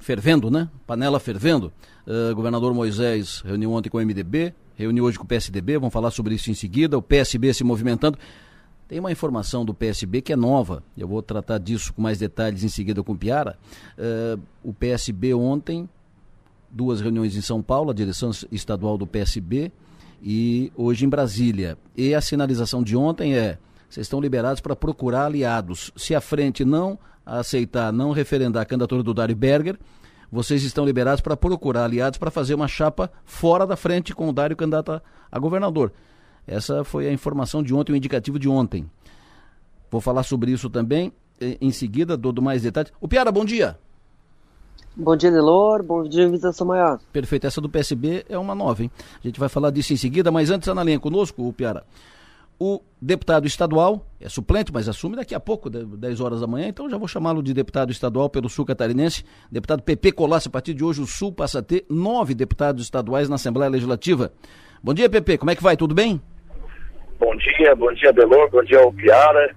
fervendo, né? Panela fervendo. Governador Moisés reuniu ontem com o MDB, reuniu hoje com o PSDB, vamos falar sobre isso em seguida, o PSB se movimentando. Tem uma informação do PSB que é nova, eu vou tratar disso com mais detalhes em seguida com o Piara. O PSB ontem, 2 reuniões em São Paulo, a direção estadual do PSB, e hoje em Brasília. E a sinalização de ontem vocês estão liberados para procurar aliados. Se a frente não aceitar, não referendar a candidatura do Dário Berger, vocês estão liberados para procurar aliados para fazer uma chapa fora da frente com o Dário candidato a governador. Essa foi a informação de ontem, o indicativo de ontem. Vou falar sobre isso também, em seguida, dou mais detalhes. O Piara, bom dia. Bom dia, Delor. Bom dia, Visitação Maior. Perfeito, essa do PSB é uma nova, hein? A gente vai falar disso em seguida, mas antes, na linha conosco, o Piara. O deputado estadual, é suplente, mas assume daqui a pouco, 10 horas da manhã, então já vou chamá-lo de deputado estadual pelo Sul Catarinense. Deputado Pepe Colassi, a partir de hoje o Sul passa a ter 9 deputados estaduais na Assembleia Legislativa. Bom dia, Pepe, como é que vai? Tudo bem? Bom dia, Delor, bom dia ao Piara.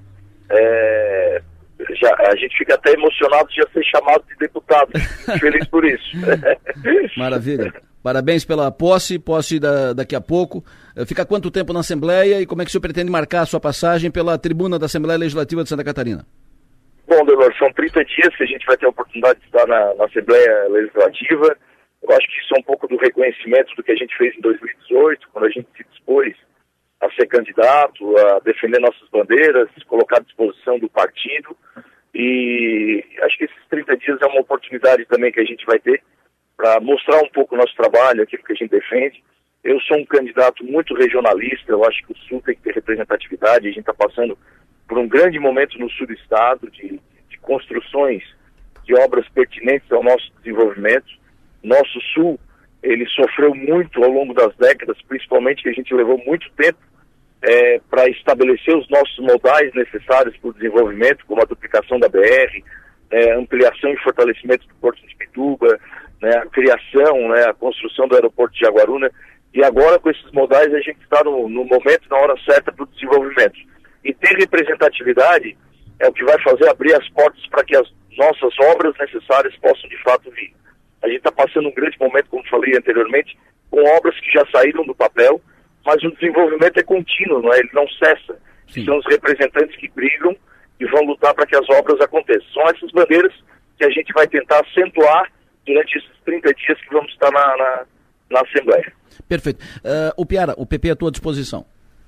A gente fica até emocionado de já ser chamado de deputado. Feliz por isso. Maravilha. Parabéns pela posse daqui a pouco. Fica quanto tempo na Assembleia e como é que o senhor pretende marcar a sua passagem pela tribuna da Assembleia Legislativa de Santa Catarina? Bom, Delor, são 30 dias que a gente vai ter a oportunidade de estar na Assembleia Legislativa. Eu acho que isso é um pouco do reconhecimento do que a gente fez em 2018, quando a gente se dispôs a ser candidato, a defender nossas bandeiras, colocar à disposição do partido. E acho que esses 30 dias é uma oportunidade também que a gente vai ter para mostrar um pouco o nosso trabalho, aquilo que a gente defende. Eu sou um candidato muito regionalista, eu acho que o Sul tem que ter representatividade, a gente está passando por um grande momento no Sul do Estado, de construções de obras pertinentes ao nosso desenvolvimento. Nosso Sul, ele sofreu muito ao longo das décadas, principalmente que a gente levou muito tempo para estabelecer os nossos modais necessários para o desenvolvimento, como a duplicação da BR, ampliação e fortalecimento do Porto de Pituba, a criação, a construção do aeroporto de Jaguaruna, e agora com esses modais a gente está no momento, na hora certa para o desenvolvimento. E ter representatividade é o que vai fazer abrir as portas para que as nossas obras necessárias possam de fato vir. A gente está passando um grande momento, como falei anteriormente, com obras que já saíram do papel, mas o desenvolvimento é contínuo, ele não cessa. Sim. São os representantes que brigam e vão lutar para que as obras aconteçam. São essas bandeiras que a gente vai tentar acentuar durante esses 30 dias que vamos estar na Assembleia. Perfeito. O Piara, o PP à tua disposição.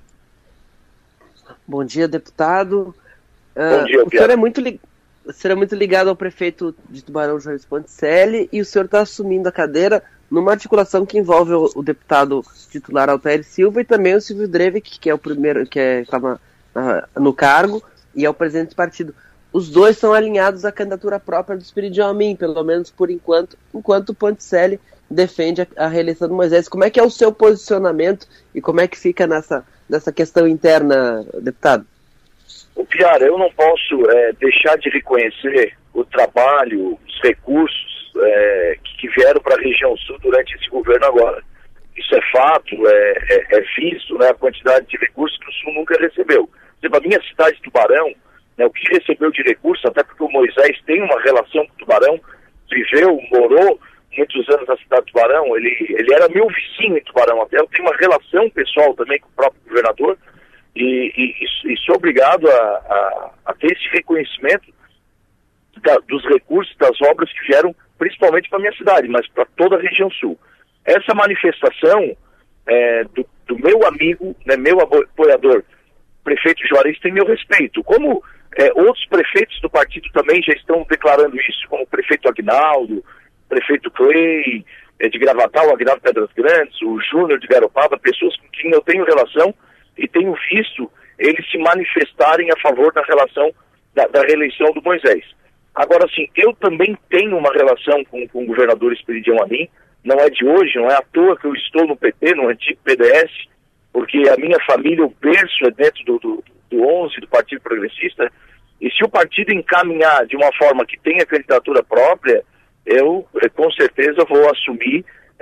Bom dia, deputado. Bom dia, Piara. O senhor é muito ligado ao prefeito de Tubarão, João Ponticelli, e o senhor está assumindo a cadeira numa articulação que envolve o deputado titular Altair Silva e também o Silvio Drevik, que é o primeiro, que estava no cargo e é o presidente do partido. Os dois são alinhados à candidatura própria do Espiridião Amin, pelo menos por enquanto o Ponticelli defende a reeleição do Moisés. Como é que é o seu posicionamento e como é que fica nessa questão interna, deputado? O Piara, eu não posso deixar de reconhecer o trabalho, os recursos que vieram para a região sul durante esse governo agora. Isso é fato, é visto, a quantidade de recursos que o sul nunca recebeu. Por exemplo, a minha cidade, Tubarão, o que recebeu de recursos, até porque o Moisés tem uma relação com o Tubarão, morou muitos anos na cidade de Tubarão, ele era meu vizinho em Tubarão, até eu tenho uma relação pessoal também com o próprio governador, e sou obrigado a ter esse reconhecimento dos recursos, das obras que vieram principalmente para a minha cidade, mas para toda a região sul. Essa manifestação do meu amigo, meu apoiador, prefeito Juarez, tem meu respeito. Como outros prefeitos do partido também já estão declarando isso, como o prefeito Aguinaldo, prefeito Clay, de Gravatal, Aguinaldo Pedras Grandes, o Júnior de Garopaba, pessoas com quem eu tenho relação e tenho visto eles se manifestarem a favor da relação da reeleição do Moisés. Agora, sim, eu também tenho uma relação com o governador Espiridião Amin, não é de hoje, não é à toa que eu estou no PT, no antigo PDS, porque a minha família, o berço é dentro do 11, do Partido Progressista, e se o partido encaminhar de uma forma que tenha candidatura própria, eu com certeza vou assumir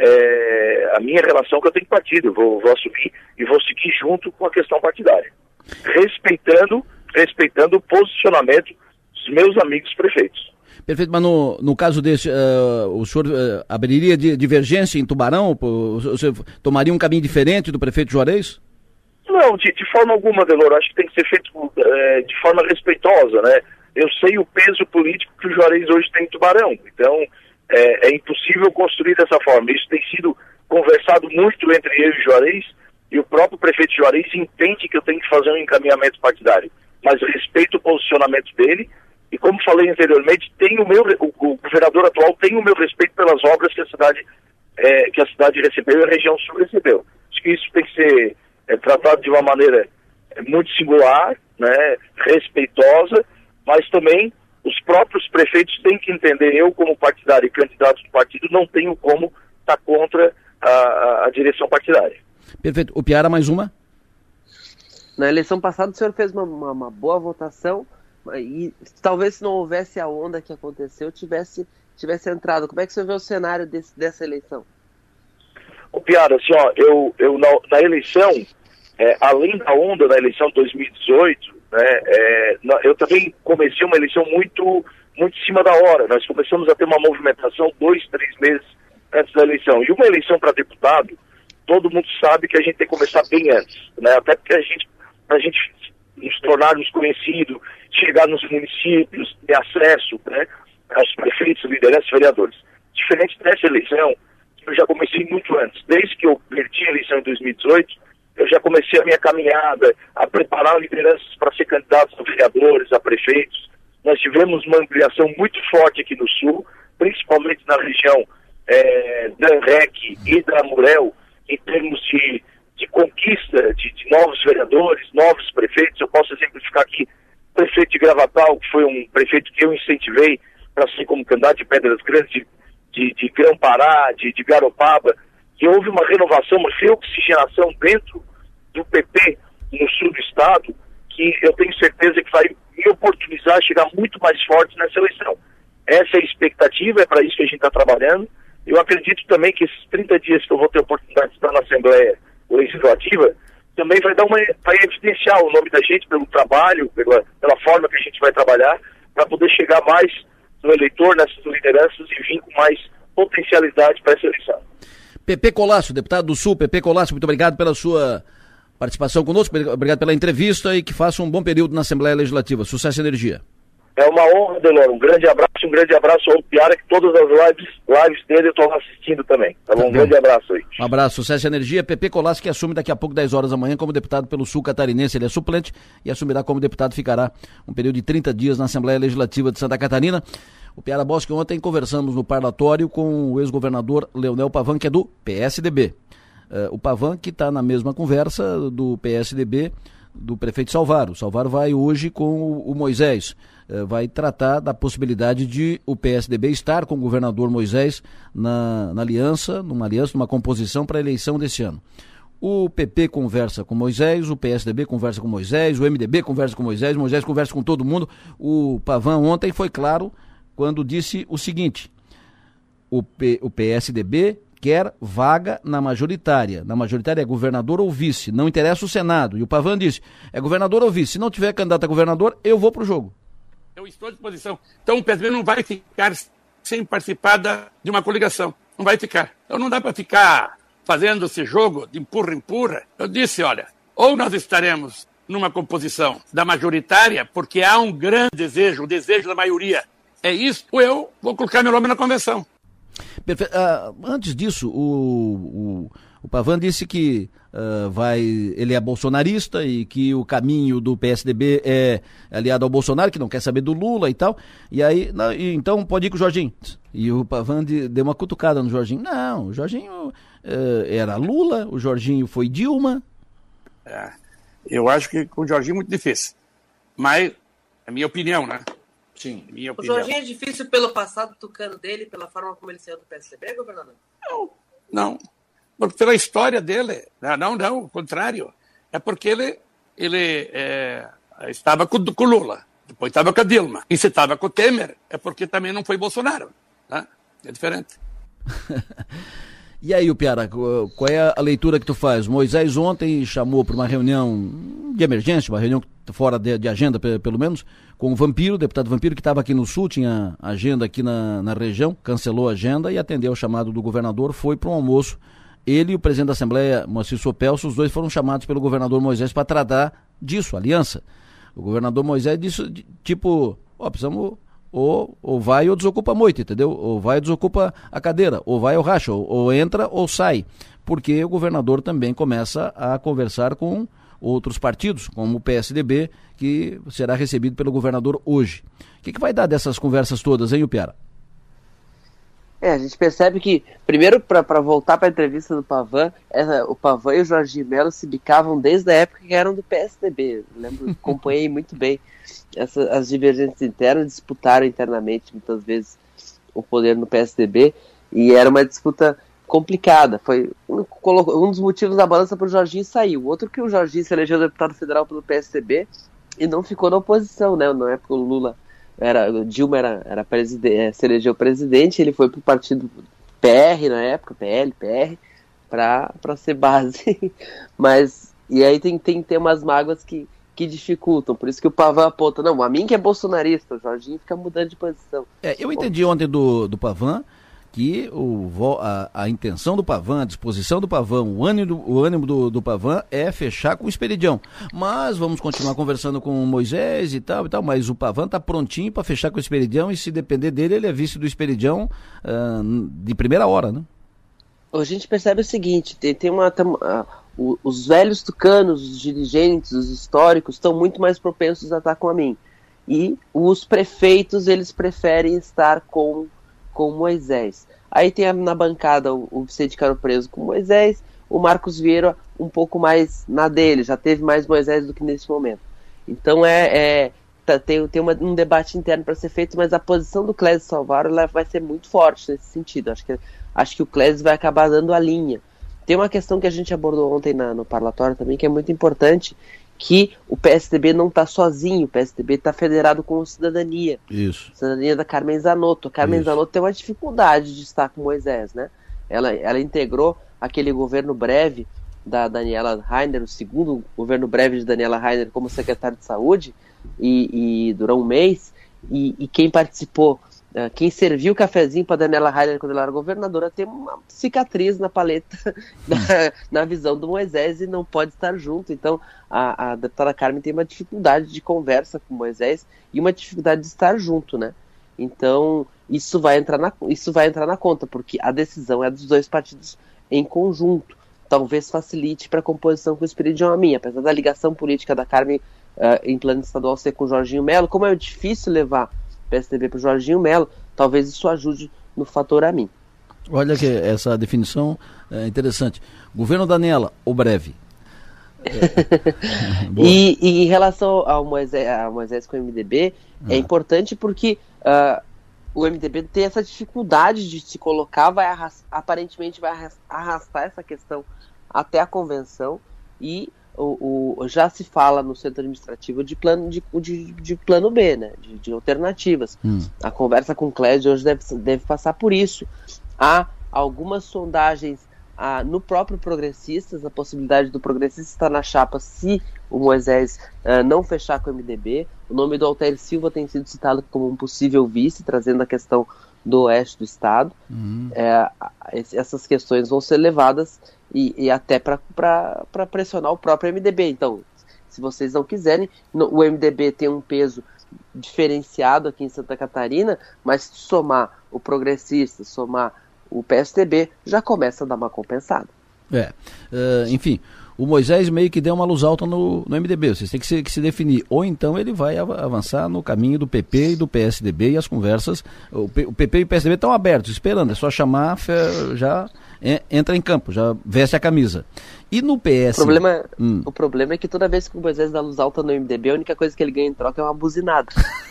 a minha relação que eu tenho com o partido, eu vou assumir e vou seguir junto com a questão partidária, respeitando o posicionamento dos meus amigos prefeitos. Perfeito, mas no caso desse, o senhor abriria divergência em Tubarão? Você tomaria um caminho diferente do prefeito Juarez? Não, de forma alguma, Delor. Acho que tem que ser feito de forma respeitosa, né? Eu sei o peso político que o Juarez hoje tem em Tubarão, então é impossível construir dessa forma. Isso tem sido conversado muito entre eu e o Juarez, e o próprio prefeito Juarez entende que eu tenho que fazer um encaminhamento partidário, mas eu respeito o posicionamento dele. E como falei anteriormente, o governador atual tem o meu respeito pelas obras que a cidade recebeu e a região sul recebeu. Acho que isso tem que ser tratado de uma maneira muito singular, né, respeitosa, mas também os próprios prefeitos têm que entender, eu como partidário e candidato do partido não tenho como estar contra a direção partidária. Perfeito. O Piara, mais uma? Na eleição passada o senhor fez uma boa votação, e talvez se não houvesse a onda que aconteceu, tivesse entrado. Como é que o senhor vê o cenário dessa eleição? O Piara, assim, eu na eleição, além da onda da eleição de 2018, né, eu também comecei uma eleição muito em cima da hora. Nós começamos a ter uma movimentação 2, 3 meses antes da eleição. E uma eleição para deputado, todo mundo sabe que a gente tem que começar bem antes, né? Até porque a gente nos tornarmos conhecidos, chegar nos municípios, ter acesso, né, aos prefeitos, lideranças, vereadores. Diferente dessa eleição, eu já comecei muito antes. Desde que eu perdi a eleição em 2018, eu já comecei a minha caminhada, a preparar lideranças para ser candidatos a vereadores, a prefeitos. Nós tivemos uma ampliação muito forte aqui no Sul, principalmente na região da ANREC e da Amurel, em termos de conquista de novos vereadores, novos prefeitos. Eu posso exemplificar aqui o prefeito de Gravatal, que foi um prefeito que eu incentivei para ser como candidato de Pedras Grandes, de Grão-Pará, de Garopaba, que houve uma renovação, uma reoxigenação dentro do PP no sul do estado, que eu tenho certeza que vai me oportunizar a chegar muito mais forte nessa eleição. Essa é a expectativa, é para isso que a gente está trabalhando. Eu acredito também que esses 30 dias que eu vou ter a oportunidade de estar na Assembleia Legislativa, também vai evidenciar o nome da gente pelo trabalho, pela forma que a gente vai trabalhar, para poder chegar mais no eleitor, nessas lideranças e vir com mais potencialidade para essa eleição. Pepe Colasso, deputado do Sul. Pepe Colasso, muito obrigado pela sua participação conosco, obrigado pela entrevista e que faça um bom período na Assembleia Legislativa. Sucesso e energia. É uma honra, Delor. Um grande abraço ao Piara, que todas as lives dele eu estou assistindo também. Tá bom? Um grande abraço aí. Um abraço, sucesso e energia. Pepe Colasso, que assume daqui a pouco, 10 horas da manhã, como deputado pelo Sul Catarinense. Ele é suplente e assumirá como deputado, ficará um período de 30 dias na Assembleia Legislativa de Santa Catarina. O Piara Bosque, ontem conversamos no parlatório com o ex-governador Leonel Pavan, que é do PSDB. O Pavan, que está na mesma conversa do PSDB, do prefeito Salvaro. O Salvaro vai hoje com o Moisés, vai tratar da possibilidade de o PSDB estar com o governador Moisés numa aliança, numa composição para a eleição desse ano. O PP conversa com Moisés, o PSDB conversa com Moisés, o MDB conversa com Moisés conversa com todo mundo. O Pavan ontem foi claro quando disse o seguinte: o PSDB quer vaga na majoritária. Na majoritária é governador ou vice, não interessa o Senado. E o Pavan disse, é governador ou vice. Se não tiver candidato a governador, eu vou pro jogo. Eu estou à disposição. Então o PSDB não vai ficar sem participar de uma coligação. Não vai ficar. Então não dá para ficar fazendo esse jogo de empurra-empurra. Eu disse, olha, ou nós estaremos numa composição da majoritária, porque há um grande desejo, o desejo da maioria. É isso, ou eu vou colocar meu nome na convenção. Antes disso, o Pavan disse que ele é bolsonarista e que o caminho do PSDB é aliado ao Bolsonaro, que não quer saber do Lula e tal. E aí, então pode ir com o Jorginho. E o Pavan deu uma cutucada no Jorginho. Não, o Jorginho era Lula, o Jorginho foi Dilma. Eu acho que com o Jorginho é muito difícil. Mas é a minha opinião, né? Sim. O Jorginho é difícil pelo passado tucano dele, pela forma como ele saiu do PSDB, governador? Não. Pela história dele. Não, o contrário. É porque ele estava com o Lula, depois estava com a Dilma. E se estava com o Temer, é porque também não foi Bolsonaro. Né? É diferente. E aí, Piara, qual é a leitura que tu faz? Moisés ontem chamou para uma reunião de emergência, uma reunião fora de agenda, pelo menos, com o Vampiro, o deputado Vampiro, que estava aqui no Sul, tinha agenda aqui na região, cancelou a agenda e atendeu ao chamado do governador, foi para um almoço. Ele e o presidente da Assembleia, Moacir Sopelso, os dois foram chamados pelo governador Moisés para tratar disso, aliança. O governador Moisés disse, tipo, precisamos, ou vai ou desocupa a moita, entendeu? Ou vai ou desocupa a cadeira, ou vai ou racha, ou entra ou sai. Porque o governador também começa a conversar com outros partidos, como o PSDB, que será recebido pelo governador hoje. O que vai dar dessas conversas todas, hein, Piara? A gente percebe que, primeiro, para voltar para a entrevista do Pavan, o Pavan e o Jorginho Melo se bicavam desde a época que eram do PSDB. Eu lembro, acompanhei muito bem as divergências internas, disputaram internamente, muitas vezes, o poder no PSDB, e era uma disputa complicada. Foi um dos motivos da balança para o Jorginho sair. O outro que o Jorginho se elegeu deputado federal pelo PSDB e não ficou na oposição, né? Não é porque o Lula... Dilma era se elegeu presidente, ele foi pro partido PR na época, PR, para ser base. Mas, e aí tem que ter umas mágoas que dificultam, por isso que o Pavan aponta, não, a mim que é bolsonarista, o Jorginho fica mudando de posição. Eu entendi ontem do Pavan que a intenção do Pavan, a disposição do Pavan, o ânimo do Pavan é fechar com o Esperidião. Mas vamos continuar conversando com o Moisés e tal, mas o Pavan está prontinho para fechar com o Esperidião e se depender dele, ele é vice do Esperidião de primeira hora, né? A gente percebe o seguinte, os velhos tucanos, os dirigentes, os históricos, estão muito mais propensos a estar com a mim. E os prefeitos, eles preferem estar com Moisés. Aí tem na bancada o Vicente Caro Preso com Moisés, o Marcos Vieira um pouco mais na dele, já teve mais Moisés do que nesse momento. Então tem um debate interno para ser feito, mas a posição do Clésio Salvaro vai ser muito forte nesse sentido. Acho que o Clésio vai acabar dando a linha. Tem uma questão que a gente abordou ontem no parlatório também, que é muito importante, que o PSDB não está sozinho, o PSDB está federado com o Cidadania. Isso. Cidadania da Carmen Zanotto. A Carmen Zanotto tem uma dificuldade de estar com Moisés, né? Ela integrou aquele governo breve da Daniela Rainer, o segundo governo breve de Daniela Rainer como secretária de saúde, e durou um mês, e quem participou, quem serviu o cafezinho para Daniela Rainer quando ela era governadora tem uma cicatriz na paleta, na visão do Moisés e não pode estar junto. Então a deputada Carmen tem uma dificuldade de conversa com o Moisés e uma dificuldade de estar junto, né? Então isso vai entrar na conta, porque a decisão é dos dois partidos em conjunto. Talvez facilite para a composição com o Esperidião Amin, apesar da ligação política da Carmen em plano estadual ser com o Jorginho Melo, como é difícil levar PSDB para o Jorginho Melo, talvez isso ajude no fator Amin. Olha que essa definição é interessante. Governo Daniela, ou breve? E em relação ao Moisés com o MDB, é importante porque o MDB tem essa dificuldade de se colocar, aparentemente vai arrastar essa questão até a convenção, e já se fala no centro administrativo de plano B, né? De alternativas. A conversa com o Clésio hoje deve passar por isso. Há algumas sondagens no próprio Progressistas, a possibilidade do Progressista estar na chapa se o Moisés não fechar com o MDB. O nome do Altair Silva tem sido citado como um possível vice, trazendo a questão do oeste do estado. Essas questões vão ser levadas e até para pressionar o próprio MDB. Então, se vocês não quiserem, o MDB tem um peso diferenciado aqui em Santa Catarina, mas se somar o Progressista, somar o PSDB, já começa a dar uma compensada. Enfim, o Moisés meio que deu uma luz alta no MDB, vocês têm que se definir, ou então ele vai avançar no caminho do PP e do PSDB, e as conversas, o PP e o PSDB estão abertos, esperando, é só chamar, já entra em campo, já veste a camisa. E no PS... O problema é que toda vez que o Moisés dá luz alta no MDB, a única coisa que ele ganha em troca é uma buzinada.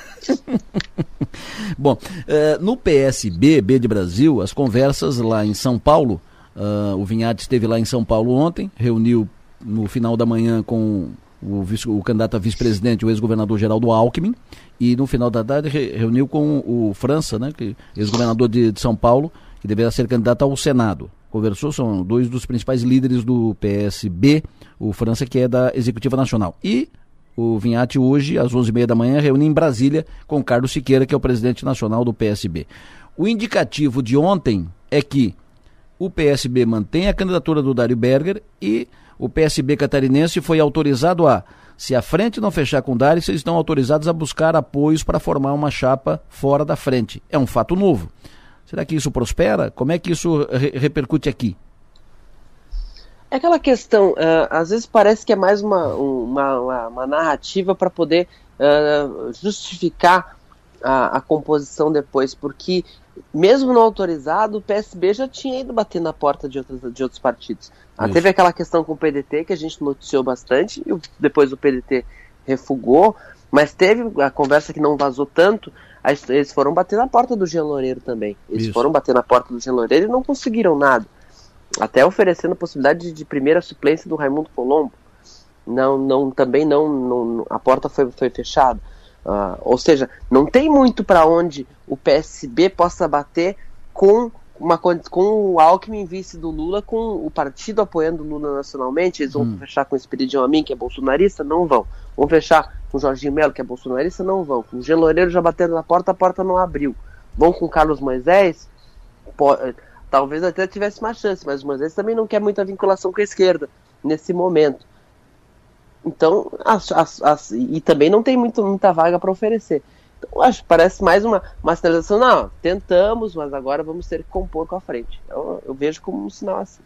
Bom, no PSB, B de Brasil, as conversas lá em São Paulo, o Vinhati esteve lá em São Paulo ontem, reuniu no final da manhã com o candidato a vice-presidente, o ex-governador Geraldo Alckmin, e no final da tarde reuniu com o França, né, ex-governador de São Paulo, que deverá ser candidato ao Senado. conversou, são dois dos principais líderes do PSB, o França, que é da Executiva Nacional. E o Vinhati hoje, às 11h30 da manhã, reúne em Brasília com Carlos Siqueira, que é o presidente nacional do PSB. O indicativo de ontem é que o PSB mantém a candidatura do Dário Berger e o PSB catarinense foi autorizado se a frente não fechar com o Dário, eles estão autorizados a buscar apoios para formar uma chapa fora da frente. É um fato novo. Será que isso prospera? Como é que isso repercute aqui? É aquela questão, às vezes parece que é mais uma narrativa para poder justificar a composição depois, porque mesmo não autorizado, o PSB já tinha ido bater na porta de outros partidos. Teve aquela questão com o PDT, que a gente noticiou bastante, e depois o PDT refugou, mas teve a conversa que não vazou tanto, eles foram bater na porta do Jean Loureiro também. Eles foram bater na porta do Jean Loureiro e não conseguiram nada. Até oferecendo a possibilidade de primeira suplência do Raimundo Colombo. Também não, a porta foi fechada. Ou seja, não tem muito para onde o PSB possa bater com o Alckmin vice do Lula, com o partido apoiando o Lula nacionalmente. Eles vão fechar com o Espiridião Amin, que é bolsonarista? Não vão. Vão fechar com o Jorginho Melo, que é bolsonarista? Não vão. Com o Jean Loureiro já batendo na porta, a porta não abriu. Vão com o Carlos Moisés? Talvez até tivesse uma chance, mas o Moisés também não quer muita vinculação com a esquerda nesse momento. Então, e também não tem muita vaga para oferecer. Então, parece mais uma sinalização. Não, tentamos, mas agora vamos ter que compor com a frente. Eu vejo como um sinal assim.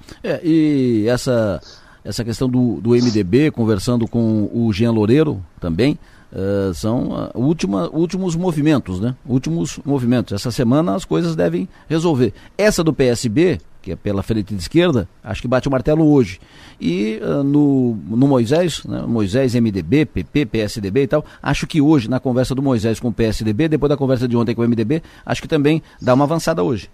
E essa questão do MDB, conversando com o Jean Loureiro também, são últimos movimentos, né? Últimos movimentos. Essa semana as coisas devem resolver. Essa do PSB, que é pela frente de esquerda, acho que bate o martelo hoje. E no Moisés, né? Moisés, MDB, PP, PSDB e tal, acho que hoje, na conversa do Moisés com o PSDB, depois da conversa de ontem com o MDB, acho que também dá uma avançada hoje.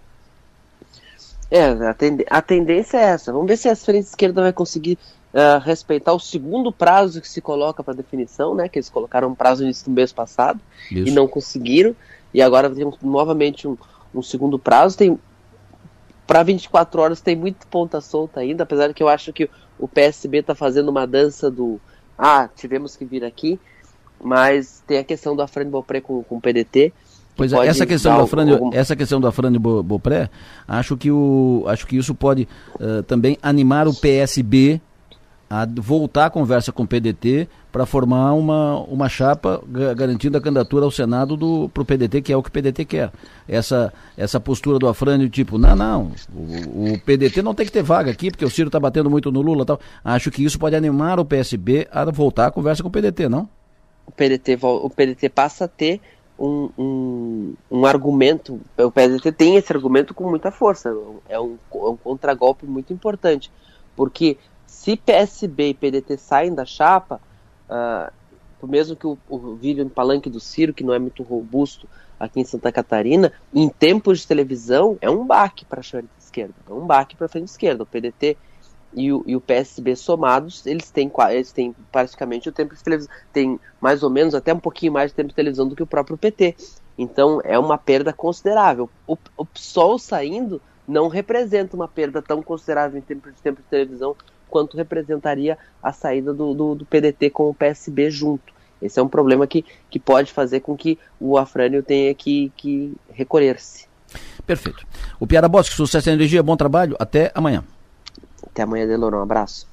A tendência é essa. Vamos ver se a frente de esquerda vai conseguir respeitar o segundo prazo que se coloca para definição, né? Que eles colocaram um prazo no início do mês passado. Isso. E não conseguiram. E agora temos novamente um segundo prazo. Para 24 horas tem muito ponta solta ainda, apesar de que eu acho que o PSB está fazendo uma dança do tivemos que vir aqui, mas tem a questão do Afrânio Beaupré com o PDT. Pois é, essa questão do Afrânio Beaupré, acho que isso pode também animar o PSB a voltar a conversa com o PDT para formar uma chapa garantindo a candidatura ao Senado para o PDT, que é o que o PDT quer. Essa postura do Afrânio, tipo, o PDT não tem que ter vaga aqui, porque o Ciro está batendo muito no Lula e tal. Acho que isso pode animar o PSB a voltar a conversa com o PDT, não? O PDT passa a ter um argumento, o PDT tem esse argumento com muita força, é um contragolpe muito importante, porque se PSB e PDT saem da chapa, mesmo que o vídeo no palanque do Ciro, que não é muito robusto aqui em Santa Catarina, em tempos de televisão, é um baque para a frente esquerda, é um baque para a frente esquerda. O PDT e o PSB somados, eles têm praticamente o tempo de televisão, tem mais ou menos até um pouquinho mais de tempo de televisão do que o próprio PT. Então é uma perda considerável. O PSOL saindo não representa uma perda tão considerável em tempo de televisão quanto representaria a saída do PDT com o PSB junto. Esse é um problema que pode fazer com que o Afrânio tenha que recolher-se. Perfeito. O Piara Bosque, sucesso e energia, bom trabalho, até amanhã. Até amanhã, Delor, um abraço.